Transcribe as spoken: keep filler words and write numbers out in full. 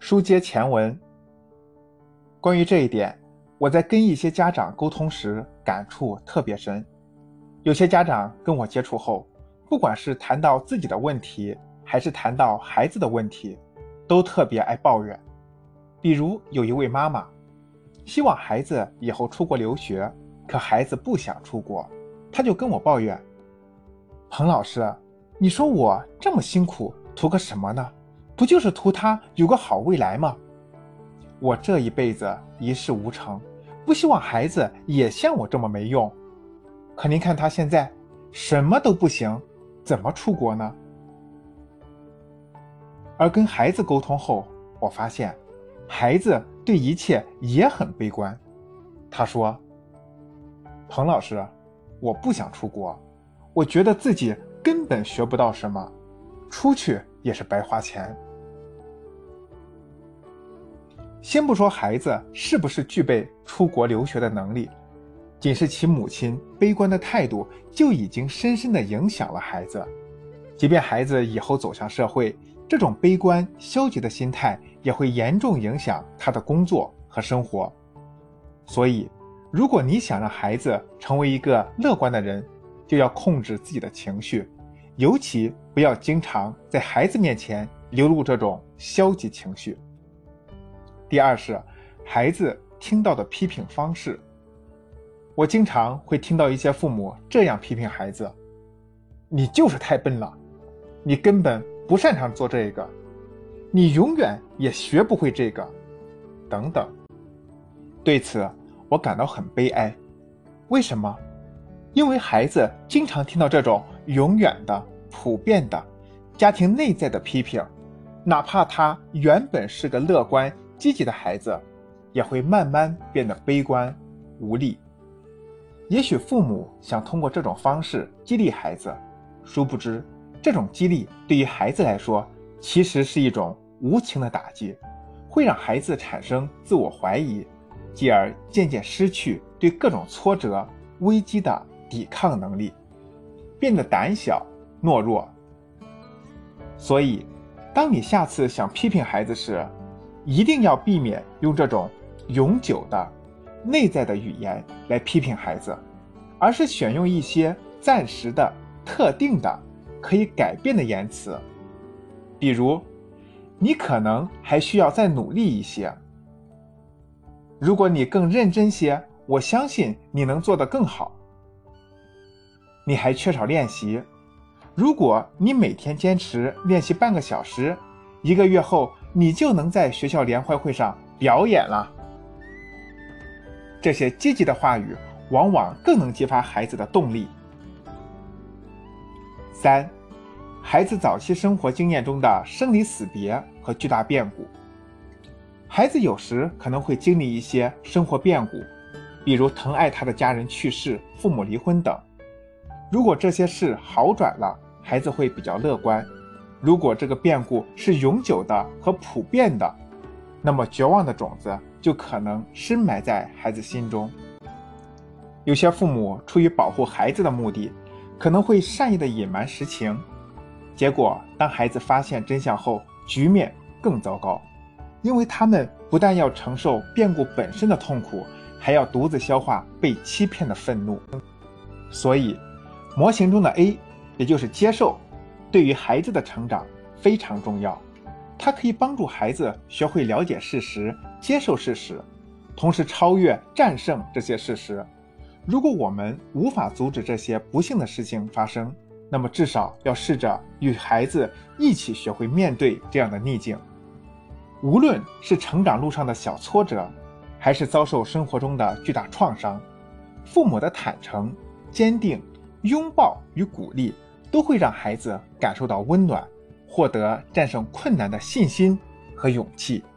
书接前文，关于这一点，我在跟一些家长沟通时感触特别深。有些家长跟我接触后，不管是谈到自己的问题，还是谈到孩子的问题，都特别爱抱怨。比如有一位妈妈，希望孩子以后出国留学，可孩子不想出国，她就跟我抱怨：彭老师，你说我这么辛苦，图个什么呢？不就是图他有个好未来吗？我这一辈子一事无成，不希望孩子也像我这么没用。可您看他现在什么都不行，怎么出国呢？而跟孩子沟通后，我发现孩子对一切也很悲观。他说：彭老师，我不想出国，我觉得自己根本学不到什么，出去也是白花钱。先不说孩子是不是具备出国留学的能力，仅是其母亲悲观的态度就已经深深地影响了孩子。即便孩子以后走向社会，这种悲观消极的心态也会严重影响他的工作和生活。所以如果你想让孩子成为一个乐观的人，就要控制自己的情绪，尤其不要经常在孩子面前流露这种消极情绪。第二是孩子听到的批评方式。我经常会听到一些父母这样批评孩子：你就是太笨了，你根本不擅长做这个，你永远也学不会这个，等等。对此我感到很悲哀。为什么？因为孩子经常听到这种永远的、普遍的、家庭内在的批评，哪怕他原本是个乐观积极的孩子，也会慢慢变得悲观无力。也许父母想通过这种方式激励孩子，殊不知这种激励对于孩子来说其实是一种无情的打击，会让孩子产生自我怀疑，继而渐渐失去对各种挫折危机的抵抗能力，变得胆小懦弱。所以当你下次想批评孩子时，一定要避免用这种永久的内在的语言来批评孩子，而是选用一些暂时的特定的可以改变的言辞。比如，你可能还需要再努力一些，如果你更认真些，我相信你能做得更好。你还缺少练习，如果你每天坚持练习半个小时，一个月后你就能在学校联欢会上表演了。这些积极的话语往往更能激发孩子的动力。三，孩子早期生活经验中的生离死别和巨大变故。孩子有时可能会经历一些生活变故，比如疼爱他的家人去世、父母离婚等。如果这些事好转了，孩子会比较乐观；如果这个变故是永久的和普遍的，那么绝望的种子就可能深埋在孩子心中。有些父母出于保护孩子的目的，可能会善意的隐瞒实情，结果当孩子发现真相后，局面更糟糕，因为他们不但要承受变故本身的痛苦，还要独自消化被欺骗的愤怒。所以模型中的 A， 也就是接受，对于孩子的成长非常重要。它可以帮助孩子学会了解事实，接受事实，同时超越、战胜这些事实。如果我们无法阻止这些不幸的事情发生，那么至少要试着与孩子一起学会面对这样的逆境。无论是成长路上的小挫折，还是遭受生活中的巨大创伤，父母的坦诚、坚定、拥抱与鼓励都会让孩子感受到温暖，获得战胜困难的信心和勇气。